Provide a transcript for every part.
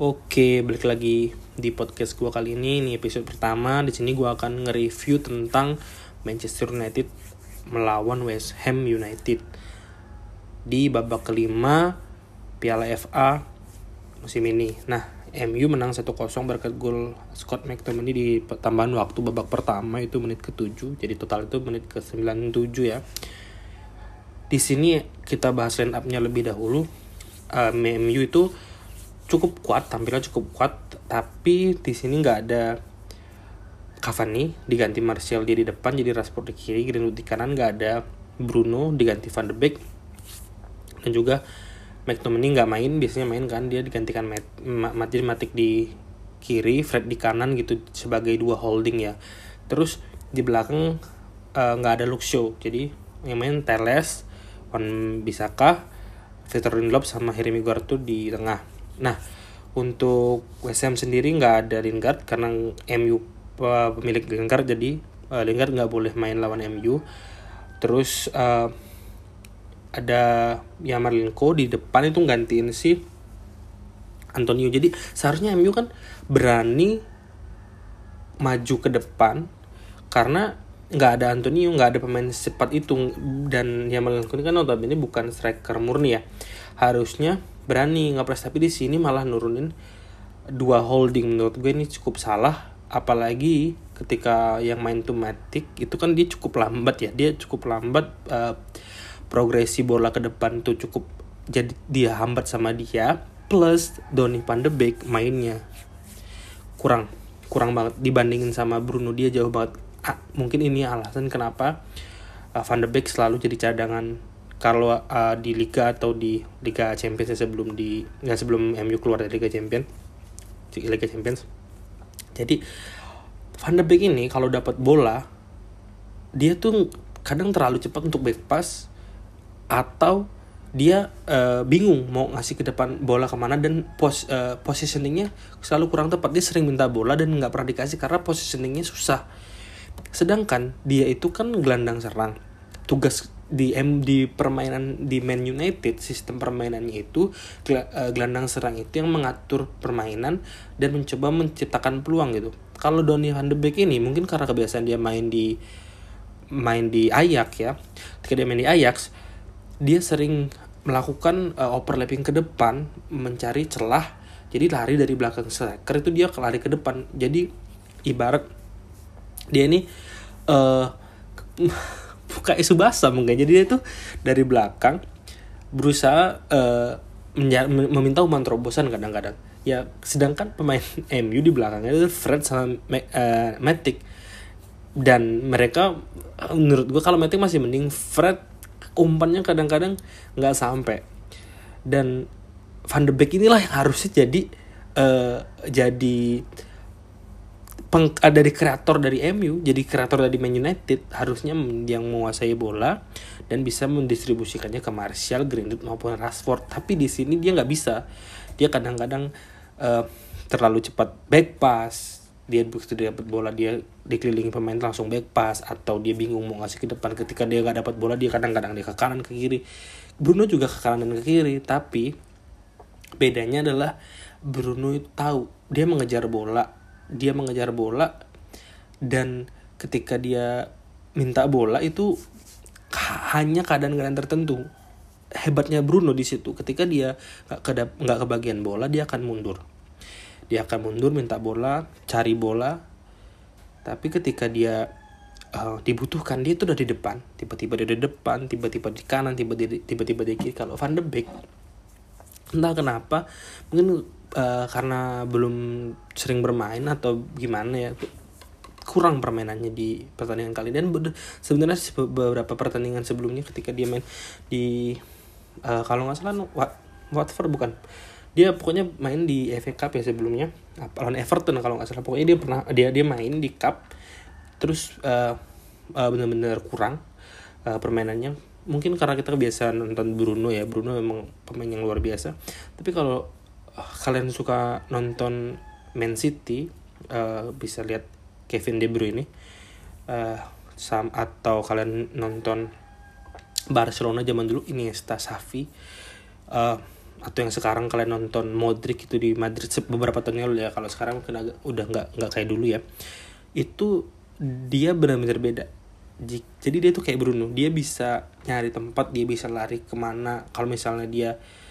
Oke, balik lagi di podcast gue kali ini. Ini episode pertama. Di sini gue akan nge-review tentang Manchester United melawan West Ham United di babak kelima Piala FA musim ini. Nah, MU menang 1-0 berkat gol Scott McTominay di tambahan waktu babak pertama, itu menit ke-7. Jadi total itu menit ke-97 ya. Di sini kita bahas line up-nya lebih dahulu. MU itu cukup kuat, tampilnya cukup kuat, tapi di sini nggak ada Cavani, diganti Martial dia di depan, jadi Rashford di kiri, Greenwood di kanan, nggak ada Bruno, diganti Van de Beek, dan juga McTominay nggak main, biasanya main kan, dia digantikan Matic di kiri, Fred di kanan gitu sebagai dua holding ya. Terus di belakang nggak ada Luke Shaw, jadi yang main Telles, Wan-Bissaka, Victor Lindelof sama Jeremy Guartu di tengah. Nah, untuk West Ham sendiri nggak ada Lingard karena MU pemilik Lingard, jadi Lingard nggak boleh main lawan MU. Terus ada Yarmolenko di depan itu gantiin si Antonio. Jadi seharusnya MU kan berani maju ke depan karena nggak ada Antonio, nggak ada pemain secepat itu, dan Yarmolenko ini kan notabene bukan striker murni ya, harusnya berani ngepres, tapi di sini malah nurunin dua holding. Menurut gue ini cukup salah, apalagi ketika yang main tuh Matic itu kan dia cukup lambat ya, progresi bola ke depan tuh cukup, jadi dia hambat sama dia, plus Donny van de Beek mainnya kurang banget dibandingin sama Bruno, dia jauh banget. Mungkin ini alasan kenapa Van de Beek selalu jadi cadangan kalau di Liga atau di Liga Champions sebelum MU keluar dari Liga Champions. Jadi Van de Beek ini kalau dapat bola dia tuh kadang terlalu cepat untuk back pass, atau dia bingung mau ngasih ke depan bola kemana, dan positioningnya selalu kurang tepat. Dia sering minta bola dan nggak pernah dikasih karena positioningnya susah. Sedangkan dia itu kan gelandang serang. Tugas di permainan di Man United, sistem permainannya itu gelandang serang itu yang mengatur permainan dan mencoba menciptakan peluang gitu. Kalau Donny van de Beek ini mungkin karena kebiasaan dia main di Ajax ya. Ketika dia main di Ajax, dia sering melakukan overlapping ke depan, mencari celah. Jadi lari dari belakang striker itu dia lari ke depan. Jadi ibarat dia ini buka isu basah mungkin. Jadi dia tuh dari belakang berusaha meminta umpan terobosan kadang-kadang. Ya, sedangkan pemain MU di belakangnya itu Fred sama Matic. Dan mereka, menurut gue kalau Matic masih mending, Fred umpannya kadang-kadang nggak sampai. Dan Van de Beek inilah yang harusnya jadi dari kreator dari MU, jadi kreator dari Man United, harusnya yang menguasai bola dan bisa mendistribusikannya ke Martial, Greenwood maupun Rashford. Tapi di sini dia nggak bisa. Dia kadang-kadang terlalu cepat back pass. Dia begitu dia dapat bola dia dikelilingi pemain langsung back pass, atau dia bingung mau ngasih ke depan. Ketika dia nggak dapat bola, dia kadang-kadang dia ke kanan ke kiri. Bruno juga ke kanan dan ke kiri, tapi bedanya adalah Bruno itu tahu dia mengejar bola, dan ketika dia minta bola itu hanya keadaan-keadaan tertentu. Hebatnya Bruno di situ, ketika dia nggak kebagian bola, dia akan mundur minta bola, cari bola. Tapi ketika dia dibutuhkan, dia itu udah di depan, tiba-tiba dia di depan, tiba-tiba di kanan, tiba-tiba di kiri. Kalau Van de Beek entah kenapa, mungkin karena belum sering bermain atau gimana ya, kurang permainannya di pertandingan kali. Dan sebenarnya beberapa pertandingan sebelumnya ketika dia main di kalau nggak salah Watford, bukan, dia pokoknya main di FA Cup ya sebelumnya, lawan Everton kalau nggak salah. Pokoknya dia main di Cup, terus benar-benar kurang permainannya. Mungkin karena kita kebiasaan nonton Bruno ya, Bruno memang pemain yang luar biasa. Tapi kalau kalian suka nonton Man City, bisa lihat Kevin De Bruyne, atau kalian nonton Barcelona zaman dulu, Iniesta, Xavi, atau yang sekarang kalian nonton Modric itu di Madrid beberapa tahun lalu ya, kalau sekarang mungkin udah nggak kayak dulu ya, itu dia benar-benar beda. Jadi dia tuh kayak Bruno, dia bisa nyari tempat, dia bisa lari kemana. Kalau misalnya dia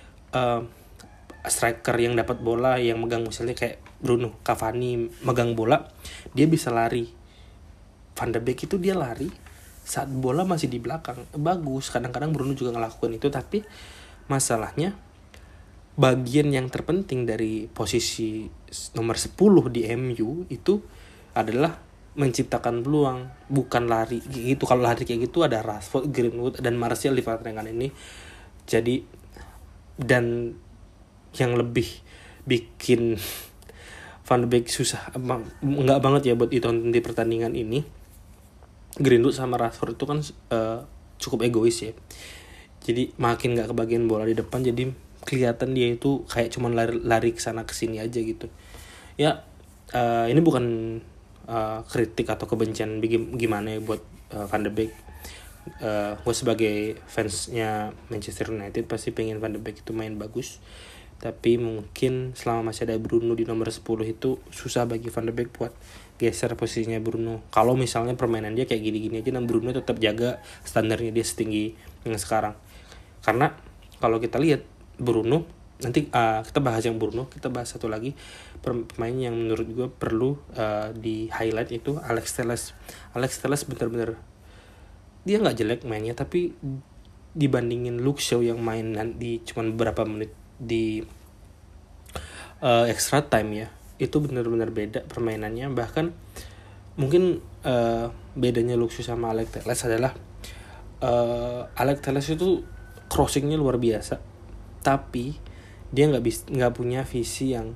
striker yang dapat bola, yang megang, misalnya kayak Bruno, Cavani megang bola, dia bisa lari. Van de Beek itu dia lari saat bola masih di belakang, bagus. Kadang-kadang Bruno juga ngelakuin itu, tapi masalahnya bagian yang terpenting dari posisi nomor 10 di MU itu adalah menciptakan peluang, bukan lari gitu. Kalau lari kayak gitu ada Rashford, Greenwood, dan Martial di pertandingan ini. Jadi, dan yang lebih bikin Van de Beek susah, enggak banget ya buat ditonton di pertandingan ini, Greenwood sama Rashford itu kan cukup egois ya. Jadi makin gak kebagian bola di depan, jadi kelihatan dia itu kayak cuman lari kesana kesini aja gitu ya. Ini bukan kritik atau kebencian gimana ya buat Van de Beek. Gue sebagai fansnya Manchester United pasti pengen Van de Beek itu main bagus, tapi mungkin selama masih ada Bruno di nomor 10 itu susah bagi Van de Beek buat geser posisinya Bruno. Kalau misalnya permainan dia kayak gini-gini aja, dan Bruno tetap jaga standarnya dia setinggi yang sekarang. Karena kalau kita lihat Bruno, nanti kita bahas yang Bruno, kita bahas satu lagi pemain yang menurut gue perlu di highlight, itu Alex Telles. Alex Telles bener-bener dia nggak jelek mainnya, tapi dibandingin Luke Shaw yang main di cuman beberapa menit di extra time ya, itu bener-bener beda permainannya. Bahkan mungkin bedanya Luke Shaw sama Alex Telles adalah Alex Telles itu crossingnya luar biasa, tapi dia nggak punya visi yang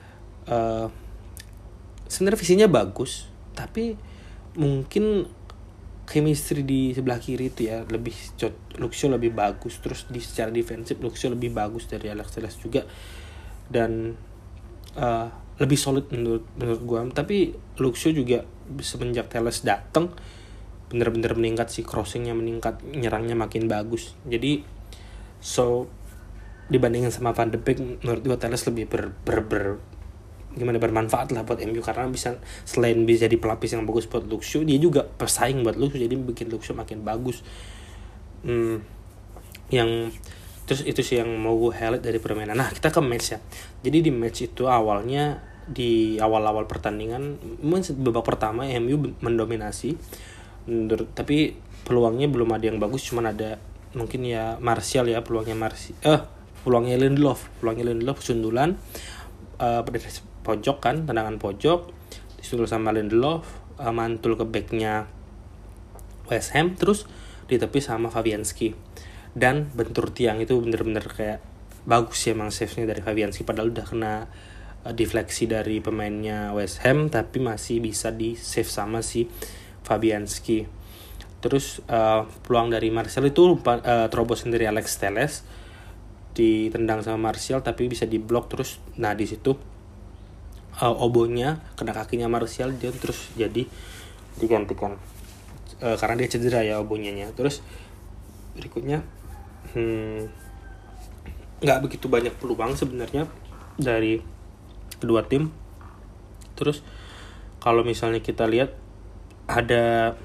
sebenarnya visinya bagus, tapi mungkin chemistry di sebelah kiri itu ya lebih Luke Shaw lebih bagus. Terus di secara defensif Luke Shaw lebih bagus dari Alex Telles juga, dan lebih solid menurut gue. Tapi Luke Shaw juga semenjak Telles datang bener-bener meningkat sih, crossingnya meningkat, nyerangnya makin bagus. Jadi dibandingin sama Van de Beek, menurut gue Telles lebih bermanfaat lah buat MU, karena bisa selain bisa jadi pelapis yang bagus buat Luke Shaw, dia juga pesaing buat Luke Shaw, jadi bikin Luke Shaw makin bagus. Yang terus itu sih yang mau gue highlight dari permainan. Nah, kita ke match ya. Jadi di match itu awalnya di awal-awal pertandingan babak pertama MU mendominasi, tapi peluangnya belum ada yang bagus, cuman ada mungkin ya Martial ya, peluangnya Lindelof sundulan pada pojok kan, tendangan pojok disundul sama Lindelof, mantul ke backnya West Ham, terus ditepis sama Fabianski dan bentur tiang. Itu bener-bener kayak bagus ya emang save-nya dari Fabianski, padahal udah kena defleksi dari pemainnya West Ham, tapi masih bisa di save sama si Fabianski. Terus peluang dari Martial itu terobosan dari Alex Telles, ditendang sama Martial tapi bisa diblok. Terus nah di situ obonya kena kakinya Martial, dia terus jadi digantikan karena dia cedera ya obonya. Terus berikutnya nggak begitu banyak peluang sebenarnya dari kedua tim. Terus kalau misalnya kita lihat ada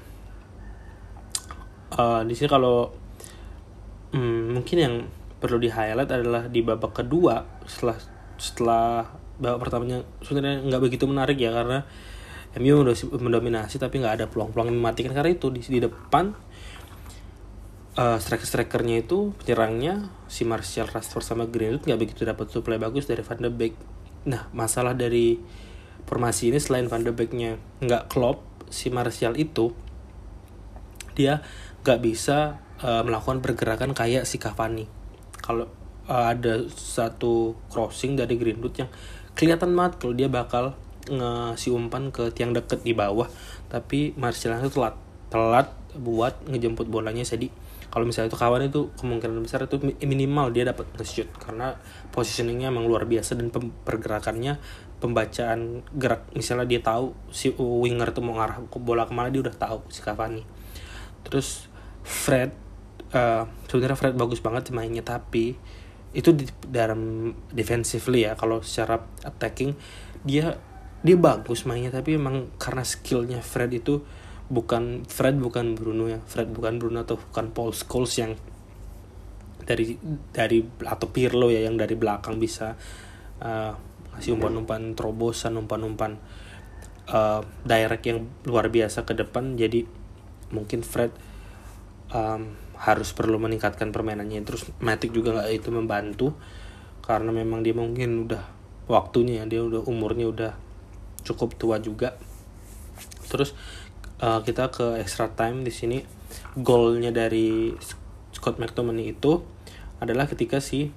di sini kalau mungkin yang perlu di highlight adalah di babak kedua, setelah babak pertamanya sebenarnya nggak begitu menarik ya, karena MU mendominasi tapi nggak ada peluang-peluang yang mematikan. Karena itu di depan striker-strikernya itu penyerangnya si Martial, Rashford sama Greenwood nggak begitu dapat supply bagus dari Van de Beek. Nah, masalah dari formasi ini selain Van de Beeknya nggak klop, si Martial itu dia nggak bisa melakukan pergerakan kayak si Cavani. Kalau ada satu crossing dari Greenwood yang kelihatan banget kalau dia bakal ngasih umpan ke tiang deket di bawah, tapi Martial itu telat buat ngejemput bolanya. Jadi kalau misalnya itu kawan, itu kemungkinan besar itu minimal dia dapat nge-shoot, karena positioningnya emang luar biasa, dan pergerakannya, pembacaan gerak, misalnya dia tahu si winger tuh mau ngarah bola kemana, dia udah tahu si Cavani. Terus Fred, sebenarnya Fred bagus banget mainnya, tapi itu dalam defensively ya. Kalau secara attacking dia bagus mainnya, tapi emang karena skillnya Fred itu bukan Bruno ya. Fred bukan Bruno atau bukan Paul Scholes yang dari atau Pirlo ya yang dari belakang bisa ngasih umpan-umpan terobosan, umpan-umpan direct yang luar biasa ke depan. Jadi mungkin Fred harus perlu meningkatkan permainannya. Terus Matic juga nggak itu membantu karena memang dia mungkin udah waktunya, dia udah umurnya udah cukup tua juga. Terus kita ke extra time. Di sini golnya dari Scott McTominay itu adalah ketika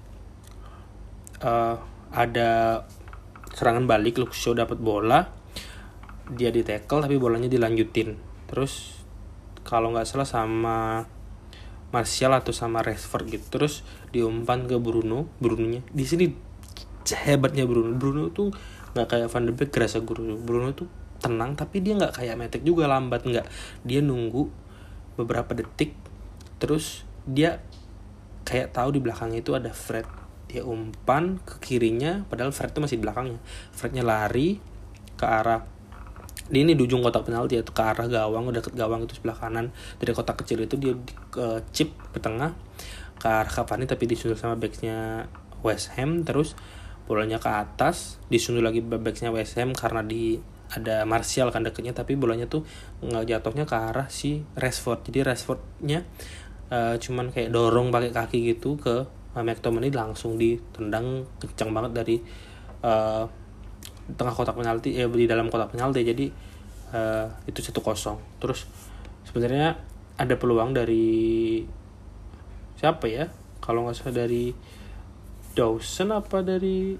ada serangan balik, Luke Shaw dapat bola, dia di tackle tapi bolanya dilanjutin. Terus kalau nggak salah sama Martial atau sama Rashford gitu, terus diumpan ke Brunonya. Di sini hebatnya Bruno tuh nggak kayak Van de Beek, gerasa Bruno tuh tenang, tapi dia nggak kayak Matic juga lambat, nggak, dia nunggu beberapa detik, terus dia kayak tahu di belakangnya itu ada Fred, dia umpan ke kirinya padahal Fred itu masih di belakangnya. Frednya lari ke arah, dia ini di ujung kotak penalti ya, ke arah gawang, deket gawang itu sebelah kanan. Dari kotak kecil itu dia chip ke tengah ke arah Cavani, tapi disundul sama backsnya West Ham. Terus bolanya ke atas, disundul lagi backsnya West Ham karena ada Martial kan deketnya, tapi bolanya tuh nggak jatuhnya ke arah si Rashford. Jadi Rashfordnya cuman kayak dorong pakai kaki gitu ke McTominay, langsung ditendang kencang banget dari tengah kotak penalti, di dalam kotak penalti. Jadi itu 1-0. Terus sebenarnya ada peluang dari siapa ya, kalau nggak salah dari Dawson apa dari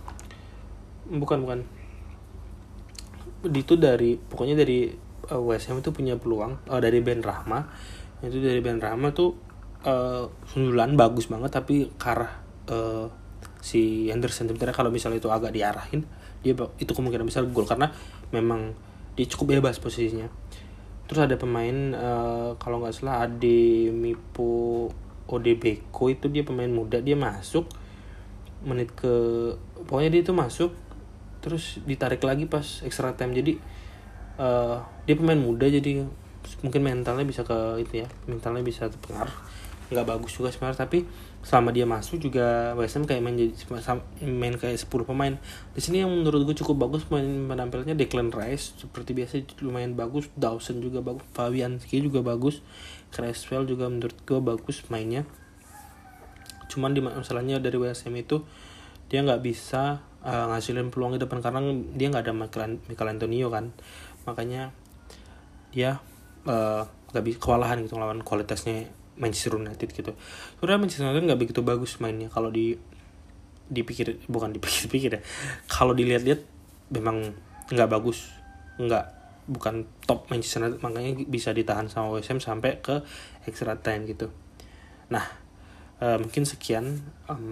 bukan itu dari pokoknya dari West Ham itu punya peluang dari Ben Rahma. Itu dari Ben Rahma tuh sundulan bagus banget, tapi ke arah si Henderson. Sebenarnya kalau misalnya itu agak diarahin, dia itu kemungkinan besar gol karena memang dia cukup bebas posisinya. Terus ada pemain kalau nggak salah Ademipo Odebeko, itu dia pemain muda, dia masuk menit pokoknya dia itu masuk terus ditarik lagi pas extra time. Jadi dia pemain muda, jadi mungkin mentalnya bisa terpengaruh. Nggak bagus juga sebenarnya, tapi selama dia masuk juga West Ham kayak main kayak 10 pemain. Di sini yang menurut gue cukup bagus penampilannya Declan Rice seperti biasa lumayan bagus, Dawson juga bagus, Fabianski juga bagus, Cresswell juga menurut gue bagus mainnya. Cuman di masalahnya dari West Ham itu dia nggak bisa ngasilin peluang di depan karena dia nggak ada Michael Antonio kan, makanya dia nggak bisa, kewalahan gitu lawan kualitasnya Manchester United gitu. Sebenarnya Manchester United nggak begitu bagus mainnya kalau dipikir ya, kalau dilihat-lihat memang nggak bagus, bukan top Manchester United, makanya bisa ditahan sama West Ham sampai ke extra time gitu. Nah mungkin sekian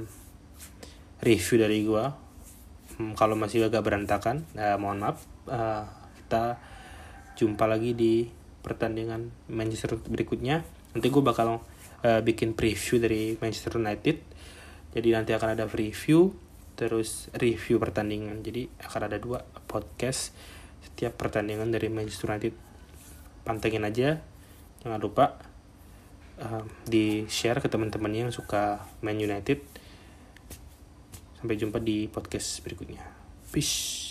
review dari gua. Kalau masih agak berantakan mohon maaf. Kita jumpa lagi di pertandingan Manchester berikutnya. Nanti gue bakal bikin preview dari Manchester United. Jadi nanti akan ada preview terus review pertandingan. Jadi akan ada 2 podcast setiap pertandingan dari Manchester United. Pantengin aja. Jangan lupa di share ke teman-temannya yang suka Man United. Sampai jumpa di podcast berikutnya. Peace.